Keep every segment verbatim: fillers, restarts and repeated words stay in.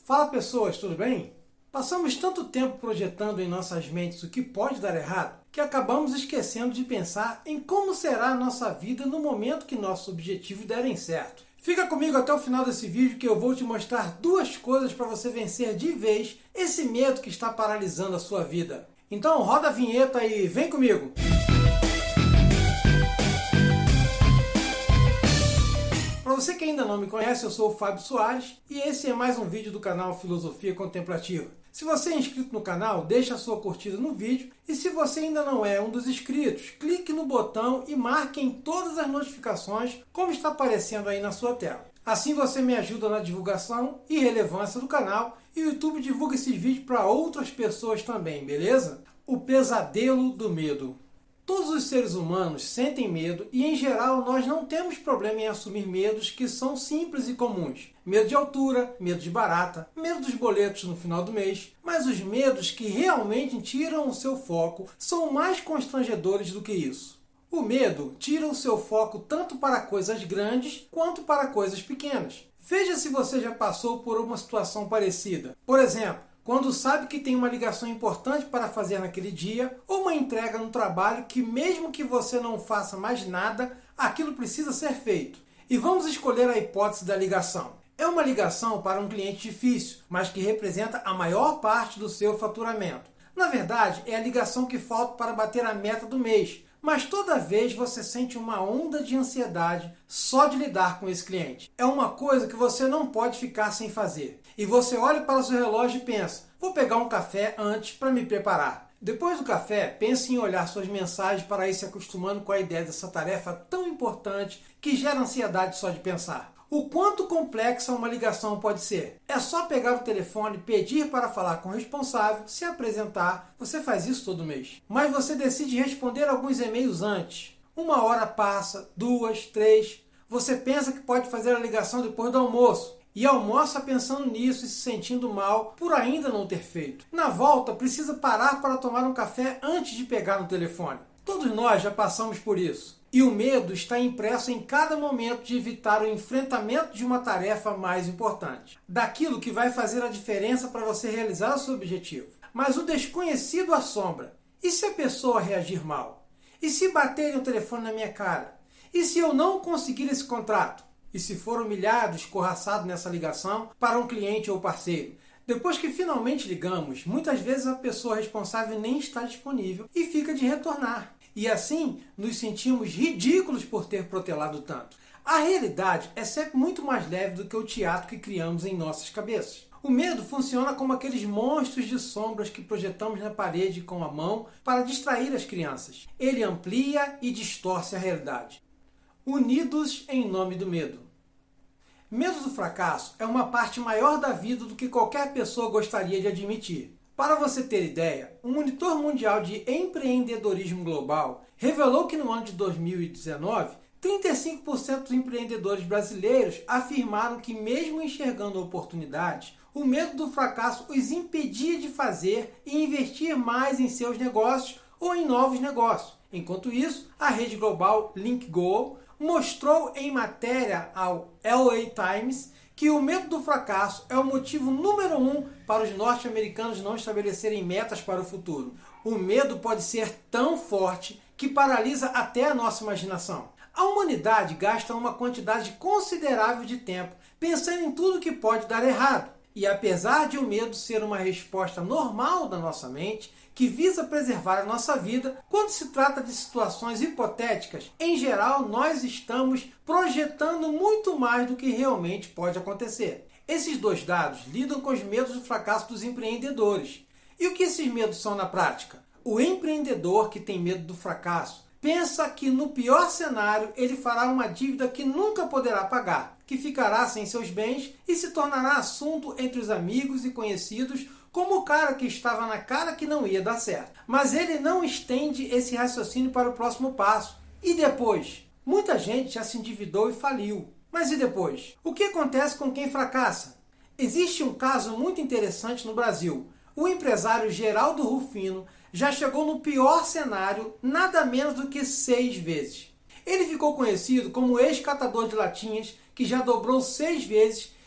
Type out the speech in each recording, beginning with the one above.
Fala pessoas, tudo bem? Passamos tanto tempo projetando em nossas mentes o que pode dar errado, que acabamos esquecendo de pensar em como será a nossa vida no momento que nossos objetivos derem certo. Fica comigo até o final desse vídeo que eu vou te mostrar duas coisas para você vencer de vez esse medo que está paralisando a sua vida. Então roda a vinheta e vem comigo! Para você que ainda não me conhece, eu sou o Fábio Soares e esse é mais um vídeo do canal Filosofia Contemplativa. Se você é inscrito no canal, deixa a sua curtida no vídeo e se você ainda não é um dos inscritos, clique no botão e marque em todas as notificações como está aparecendo aí na sua tela. Assim você me ajuda na divulgação e relevância do canal e o YouTube divulga esses vídeos para outras pessoas também, beleza? O pesadelo do medo. Todos os seres humanos sentem medo e, em geral, nós não temos problema em assumir medos que são simples e comuns. Medo de altura, medo de barata, medo dos boletos no final do mês. Mas os medos que realmente tiram o seu foco são mais constrangedores do que isso. O medo tira o seu foco tanto para coisas grandes quanto para coisas pequenas. Veja se você já passou por uma situação parecida. Por exemplo, quando sabe que tem uma ligação importante para fazer naquele dia, ou uma entrega no trabalho que mesmo que você não faça mais nada, aquilo precisa ser feito. E vamos escolher a hipótese da ligação. É uma ligação para um cliente difícil, mas que representa a maior parte do seu faturamento. Na verdade, é a ligação que falta para bater a meta do mês, mas toda vez você sente uma onda de ansiedade só de lidar com esse cliente. É uma coisa que você não pode ficar sem fazer. E você olha para o seu relógio e pensa, vou pegar um café antes para me preparar. Depois do café, pense em olhar suas mensagens para ir se acostumando com a ideia dessa tarefa tão importante que gera ansiedade só de pensar. O quanto complexa uma ligação pode ser? É só pegar o telefone, pedir para falar com o responsável, se apresentar. Você faz isso todo mês. Mas você decide responder alguns e-mails antes. Uma hora passa, duas, três. Você pensa que pode fazer a ligação depois do almoço. E almoça pensando nisso e se sentindo mal por ainda não ter feito. Na volta, precisa parar para tomar um café antes de pegar no telefone. Todos nós já passamos por isso. E o medo está impresso em cada momento de evitar o enfrentamento de uma tarefa mais importante. Daquilo que vai fazer a diferença para você realizar o seu objetivo. Mas o desconhecido assombra. E se a pessoa reagir mal? E se baterem o telefone na minha cara? E se eu não conseguir esse contrato? E se for humilhado, escorraçado nessa ligação para um cliente ou parceiro? Depois que finalmente ligamos, muitas vezes a pessoa responsável nem está disponível e fica de retornar. E assim, nos sentimos ridículos por ter protelado tanto. A realidade é sempre muito mais leve do que o teatro que criamos em nossas cabeças. O medo funciona como aqueles monstros de sombras que projetamos na parede com a mão para distrair as crianças. Ele amplia e distorce a realidade. Unidos em nome do medo. Medo do fracasso é uma parte maior da vida do que qualquer pessoa gostaria de admitir. Para você ter ideia, um monitor mundial de empreendedorismo global revelou que no ano de dois mil e dezenove, trinta e cinco por cento dos empreendedores brasileiros afirmaram que mesmo enxergando oportunidades, o medo do fracasso os impedia de fazer e investir mais em seus negócios ou em novos negócios. Enquanto isso, a rede global LinkGo mostrou em matéria ao L A Times que o medo do fracasso é o motivo número um para os norte-americanos não estabelecerem metas para o futuro. O medo pode ser tão forte que paralisa até a nossa imaginação. A humanidade gasta uma quantidade considerável de tempo pensando em tudo que pode dar errado. E apesar de o medo ser uma resposta normal da nossa mente, que visa preservar a nossa vida, quando se trata de situações hipotéticas, em geral nós estamos projetando muito mais do que realmente pode acontecer. Esses dois dados lidam com os medos do fracasso dos empreendedores. E o que esses medos são na prática? O empreendedor que tem medo do fracasso pensa que no pior cenário ele fará uma dívida que nunca poderá pagar, que ficará sem seus bens e se tornará assunto entre os amigos e conhecidos como o cara que estava na cara que não ia dar certo. Mas ele não estende esse raciocínio para o próximo passo. E depois? Muita gente já se endividou e faliu. Mas e depois? O que acontece com quem fracassa? Existe um caso muito interessante no Brasil. O empresário Geraldo Rufino já chegou no pior cenário nada menos do que seis vezes. Ele ficou conhecido como ex-catador de latinhas que já dobrou seis vezes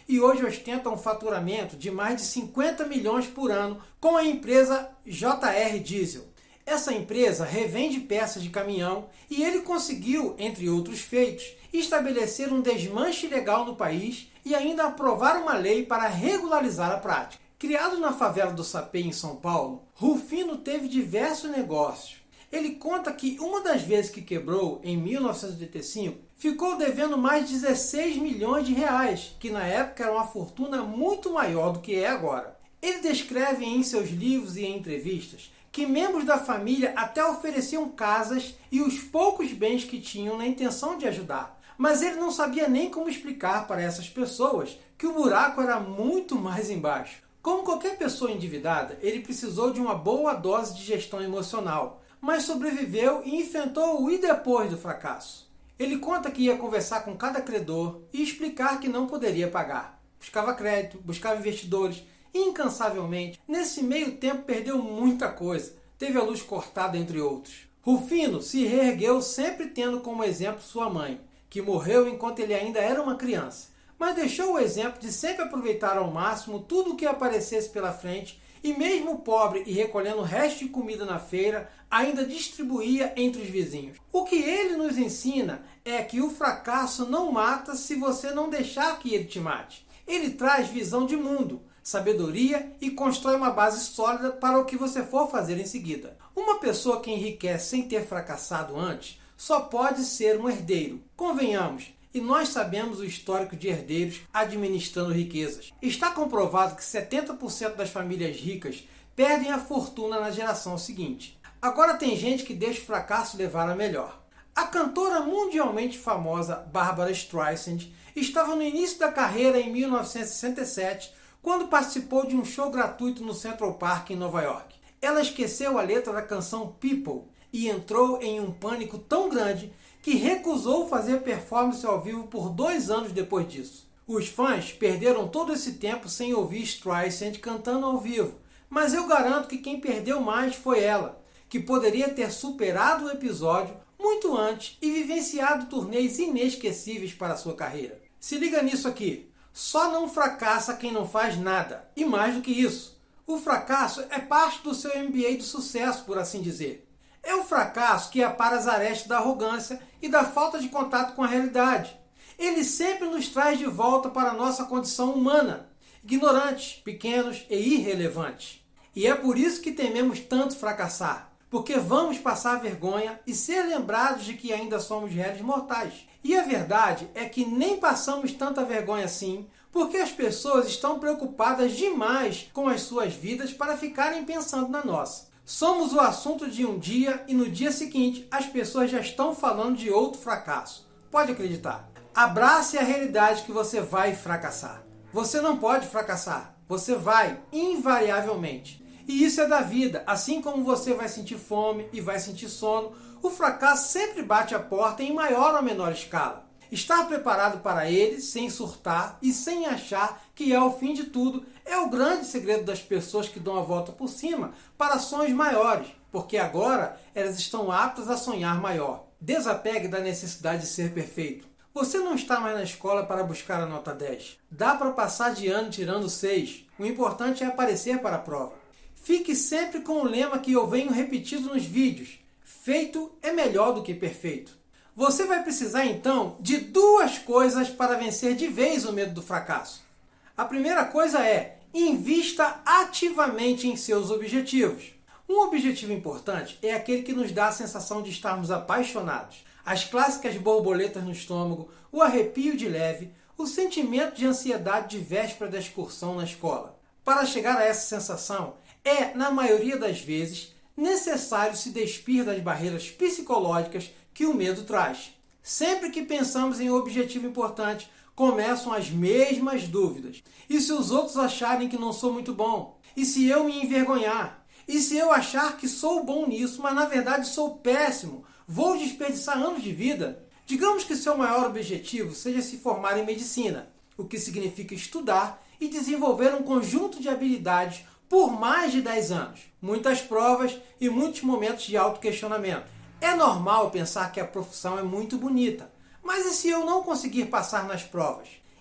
e hoje ostenta um faturamento de mais de cinquenta milhões por ano com a empresa J R Diesel. Essa empresa revende peças de caminhão e ele conseguiu, entre outros feitos, estabelecer um desmanche legal no país e ainda aprovar uma lei para regularizar a prática. Criado na favela do Sapé, em São Paulo, Rufino teve diversos negócios. Ele conta que uma das vezes que quebrou, em mil novecentos e oitenta e cinco, ficou devendo mais de dezesseis milhões de reais, que na época era uma fortuna muito maior do que é agora. Ele descreve em seus livros e em entrevistas que membros da família até ofereciam casas e os poucos bens que tinham na intenção de ajudar. Mas ele não sabia nem como explicar para essas pessoas que o buraco era muito mais embaixo. Como qualquer pessoa endividada, ele precisou de uma boa dose de gestão emocional, mas sobreviveu e enfrentou o e depois do fracasso. Ele conta que ia conversar com cada credor e explicar que não poderia pagar. Buscava crédito, buscava investidores, incansavelmente. Nesse meio tempo perdeu muita coisa, teve a luz cortada, entre outros. Rufino se reergueu sempre tendo como exemplo sua mãe, que morreu enquanto ele ainda era uma criança, mas deixou o exemplo de sempre aproveitar ao máximo tudo o que aparecesse pela frente e mesmo pobre e recolhendo o resto de comida na feira, ainda distribuía entre os vizinhos. O que ele nos ensina é que o fracasso não mata se você não deixar que ele te mate. Ele traz visão de mundo, sabedoria e constrói uma base sólida para o que você for fazer em seguida. Uma pessoa que enriquece sem ter fracassado antes só pode ser um herdeiro. Convenhamos, e nós sabemos o histórico de herdeiros administrando riquezas. Está comprovado que setenta por cento das famílias ricas perdem a fortuna na geração seguinte. Agora tem gente que deixa o fracasso levar a melhor. A cantora mundialmente famosa Barbra Streisand estava no início da carreira em mil novecentos e sessenta e sete, quando participou de um show gratuito no Central Park, em Nova York. Ela esqueceu a letra da canção People e entrou em um pânico tão grande que recusou fazer performance ao vivo por dois anos depois disso. Os fãs perderam todo esse tempo sem ouvir Streisand cantando ao vivo, mas eu garanto que quem perdeu mais foi ela, que poderia ter superado o episódio muito antes e vivenciado turnês inesquecíveis para a sua carreira. Se liga nisso aqui. Só não fracassa quem não faz nada. E mais do que isso, o fracasso é parte do seu M B A do sucesso, por assim dizer. É o fracasso que apara as arestas da arrogância e da falta de contato com a realidade. Ele sempre nos traz de volta para a nossa condição humana, ignorantes, pequenos e irrelevantes. E é por isso que tememos tanto fracassar, porque vamos passar vergonha e ser lembrados de que ainda somos réis mortais. E a verdade é que nem passamos tanta vergonha assim, porque as pessoas estão preocupadas demais com as suas vidas para ficarem pensando na nossa. Somos o assunto de um dia e no dia seguinte as pessoas já estão falando de outro fracasso. Pode acreditar. Abrace a realidade que você vai fracassar. Você não pode fracassar. Você vai, invariavelmente. E isso é da vida. Assim como você vai sentir fome e vai sentir sono, o fracasso sempre bate a porta em maior ou menor escala. Estar preparado para ele, sem surtar e sem achar que é o fim de tudo, é o grande segredo das pessoas que dão a volta por cima para sonhos maiores, porque agora elas estão aptas a sonhar maior. Desapegue da necessidade de ser perfeito. Você não está mais na escola para buscar a nota dez. Dá para passar de ano tirando seis. O importante é aparecer para a prova. Fique sempre com o lema que eu venho repetindo nos vídeos. Feito é melhor do que perfeito. Você vai precisar, então, de duas coisas para vencer de vez o medo do fracasso. A primeira coisa é, invista ativamente em seus objetivos. Um objetivo importante é aquele que nos dá a sensação de estarmos apaixonados. As clássicas borboletas no estômago, o arrepio de leve, o sentimento de ansiedade de véspera da excursão na escola. Para chegar a essa sensação, é, na maioria das vezes, necessário se despir das barreiras psicológicas que o medo traz. Sempre que pensamos em um objetivo importante, começam as mesmas dúvidas. E se os outros acharem que não sou muito bom? E se eu me envergonhar? E se eu achar que sou bom nisso, mas na verdade sou péssimo? Vou desperdiçar anos de vida? Digamos que seu maior objetivo seja se formar em medicina, o que significa estudar e desenvolver um conjunto de habilidades por mais de dez anos. Muitas provas e muitos momentos de autoquestionamento. É normal pensar que a profissão é muito bonita, mas e se eu não conseguir passar nas provas?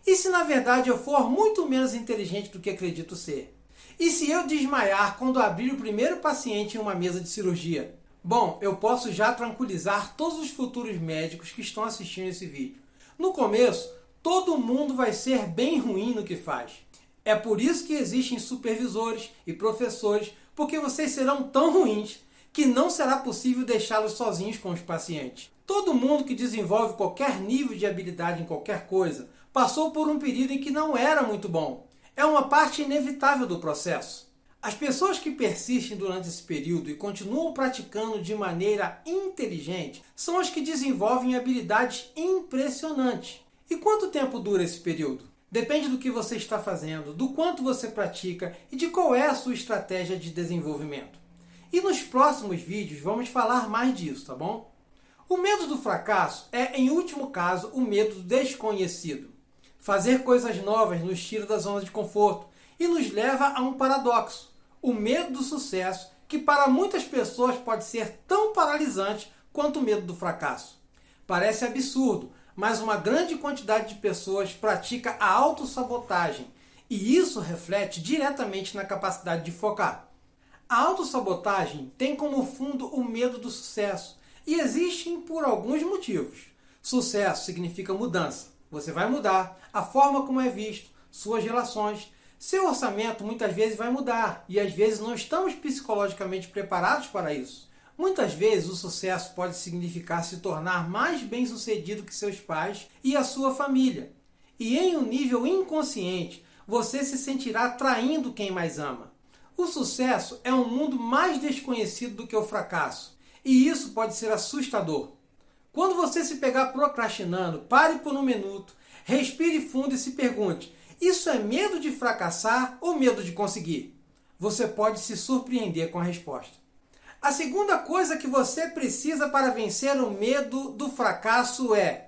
E se na verdade eu for muito menos inteligente do que acredito ser? E se eu desmaiar quando abrir o primeiro paciente em uma mesa de cirurgia? Bom, eu posso já tranquilizar todos os futuros médicos que estão assistindo esse vídeo. No começo, todo mundo vai ser bem ruim no que faz. É por isso que existem supervisores e professores, porque vocês serão tão ruins que não será possível deixá-los sozinhos com os pacientes. Todo mundo que desenvolve qualquer nível de habilidade em qualquer coisa passou por um período em que não era muito bom. É uma parte inevitável do processo. As pessoas que persistem durante esse período e continuam praticando de maneira inteligente são as que desenvolvem habilidades impressionantes. E quanto tempo dura esse período? Depende do que você está fazendo, do quanto você pratica e de qual é a sua estratégia de desenvolvimento. E nos próximos vídeos vamos falar mais disso, tá bom? O medo do fracasso é, em último caso, o medo do desconhecido. Fazer coisas novas nos tira da zona de conforto e nos leva a um paradoxo. O medo do sucesso, que para muitas pessoas pode ser tão paralisante quanto o medo do fracasso. Parece absurdo, mas uma grande quantidade de pessoas pratica a autossabotagem e isso reflete diretamente na capacidade de focar. A autossabotagem tem como fundo o medo do sucesso e existem por alguns motivos. Sucesso significa mudança. Você vai mudar a forma como é visto, suas relações. Seu orçamento muitas vezes vai mudar e às vezes não estamos psicologicamente preparados para isso. Muitas vezes o sucesso pode significar se tornar mais bem-sucedido que seus pais e a sua família. E em um nível inconsciente, você se sentirá traindo quem mais ama. O sucesso é um mundo mais desconhecido do que o fracasso, e isso pode ser assustador. Quando você se pegar procrastinando, pare por um minuto, respire fundo e se pergunte: isso é medo de fracassar ou medo de conseguir? Você pode se surpreender com a resposta. A segunda coisa que você precisa para vencer o medo do fracasso é: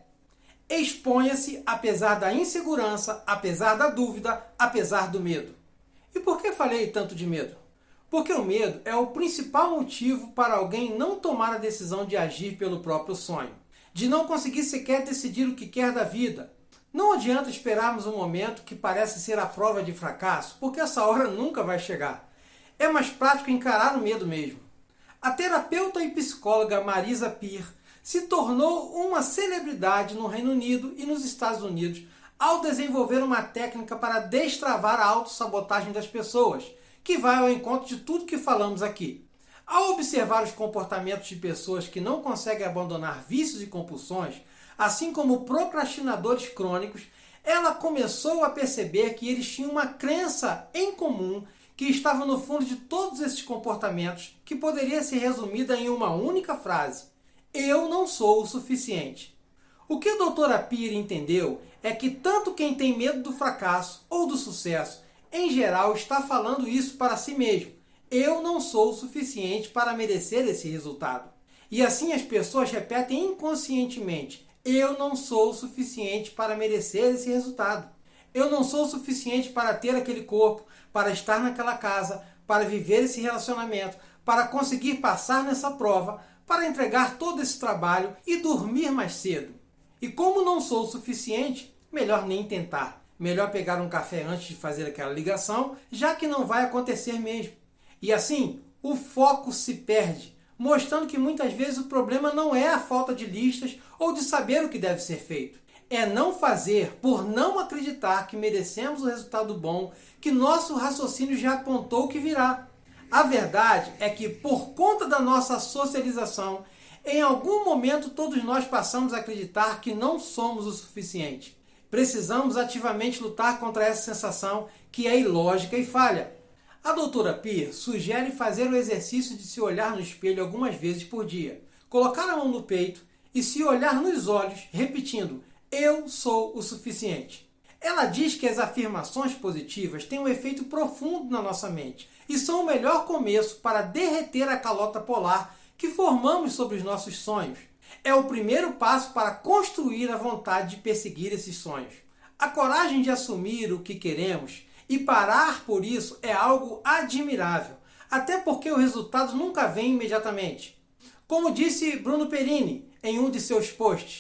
exponha-se apesar da insegurança, apesar da dúvida, apesar do medo. E por que falei tanto de medo? Porque o medo é o principal motivo para alguém não tomar a decisão de agir pelo próprio sonho, de não conseguir sequer decidir o que quer da vida. Não adianta esperarmos um momento que parece ser a prova de fracasso, porque essa hora nunca vai chegar. É mais prático encarar o medo mesmo. A terapeuta e psicóloga Marisa Peer se tornou uma celebridade no Reino Unido e nos Estados Unidos ao desenvolver uma técnica para destravar a autossabotagem das pessoas, que vai ao encontro de tudo que falamos aqui. Ao observar os comportamentos de pessoas que não conseguem abandonar vícios e compulsões, assim como procrastinadores crônicos, ela começou a perceber que eles tinham uma crença em comum que estava no fundo de todos esses comportamentos, que poderia ser resumida em uma única frase: eu não sou o suficiente. O que a doutora Peer entendeu é que tanto quem tem medo do fracasso ou do sucesso, em geral, está falando isso para si mesmo. Eu não sou o suficiente para merecer esse resultado. E assim as pessoas repetem inconscientemente: eu não sou o suficiente para merecer esse resultado. Eu não sou o suficiente para ter aquele corpo, para estar naquela casa, para viver esse relacionamento, para conseguir passar nessa prova, para entregar todo esse trabalho e dormir mais cedo. E como não sou o suficiente, melhor nem tentar. Melhor pegar um café antes de fazer aquela ligação, já que não vai acontecer mesmo. E assim, o foco se perde, mostrando que muitas vezes o problema não é a falta de listas ou de saber o que deve ser feito. É não fazer por não acreditar que merecemos o resultado bom que nosso raciocínio já apontou que virá. A verdade é que, por conta da nossa socialização, em algum momento todos nós passamos a acreditar que não somos o suficiente. Precisamos ativamente lutar contra essa sensação que é ilógica e falha. A doutora Peer sugere fazer o exercício de se olhar no espelho algumas vezes por dia, colocar a mão no peito e se olhar nos olhos, repetindo: eu sou o suficiente. Ela diz que as afirmações positivas têm um efeito profundo na nossa mente e são o melhor começo para derreter a calota polar que formamos sobre os nossos sonhos. É o primeiro passo para construir a vontade de perseguir esses sonhos. A coragem de assumir o que queremos e parar por isso é algo admirável, até porque o resultado nunca vem imediatamente. Como disse Bruno Perini em um de seus posts: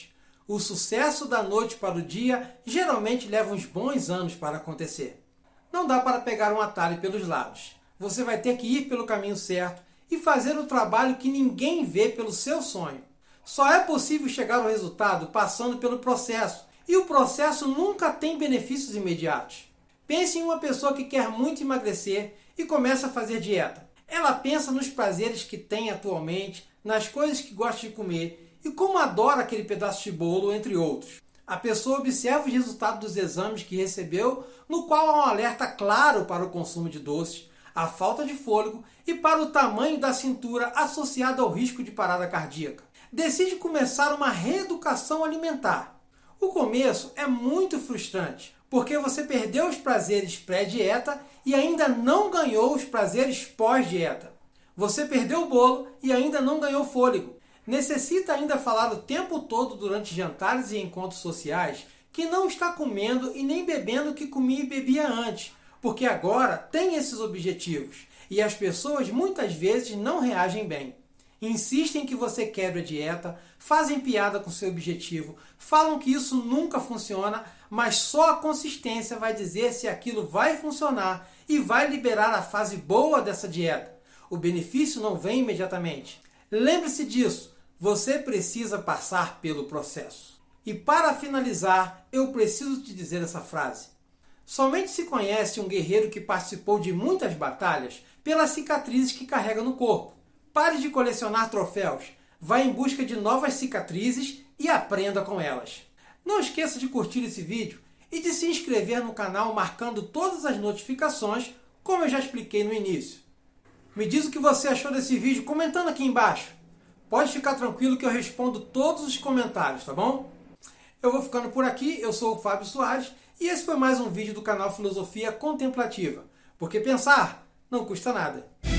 O sucesso da noite para o dia geralmente leva uns bons anos para acontecer. Não dá para pegar um atalho pelos lados. Você vai ter que ir pelo caminho certo e fazer o trabalho que ninguém vê pelo seu sonho. Só é possível chegar ao resultado passando pelo processo, e o processo nunca tem benefícios imediatos. Pense em uma pessoa que quer muito emagrecer e começa a fazer dieta. Ela pensa nos prazeres que tem atualmente, nas coisas que gosta de comer e como adora aquele pedaço de bolo, entre outros. A pessoa observa os resultados dos exames que recebeu, no qual há um alerta claro para o consumo de doces, a falta de fôlego e para o tamanho da cintura associado ao risco de parada cardíaca. Decide começar uma reeducação alimentar. O começo é muito frustrante, porque você perdeu os prazeres pré-dieta e ainda não ganhou os prazeres pós-dieta. Você perdeu o bolo e ainda não ganhou fôlego. Necessita ainda falar o tempo todo durante jantares e encontros sociais que não está comendo e nem bebendo o que comia e bebia antes, porque agora tem esses objetivos e as pessoas muitas vezes não reagem bem. Insistem que você quebre a dieta, fazem piada com seu objetivo, falam que isso nunca funciona, mas só a consistência vai dizer se aquilo vai funcionar e vai liberar a fase boa dessa dieta. O benefício não vem imediatamente. Lembre-se disso, você precisa passar pelo processo. E para finalizar, eu preciso te dizer essa frase. Somente se conhece um guerreiro que participou de muitas batalhas pelas cicatrizes que carrega no corpo. Pare de colecionar troféus, vá em busca de novas cicatrizes e aprenda com elas. Não esqueça de curtir esse vídeo e de se inscrever no canal marcando todas as notificações, como eu já expliquei no início. Me diz o que você achou desse vídeo comentando aqui embaixo. Pode ficar tranquilo que eu respondo todos os comentários, tá bom? Eu vou ficando por aqui, eu sou o Fábio Soares e esse foi mais um vídeo do canal Filosofia Contemplativa, porque pensar não custa nada.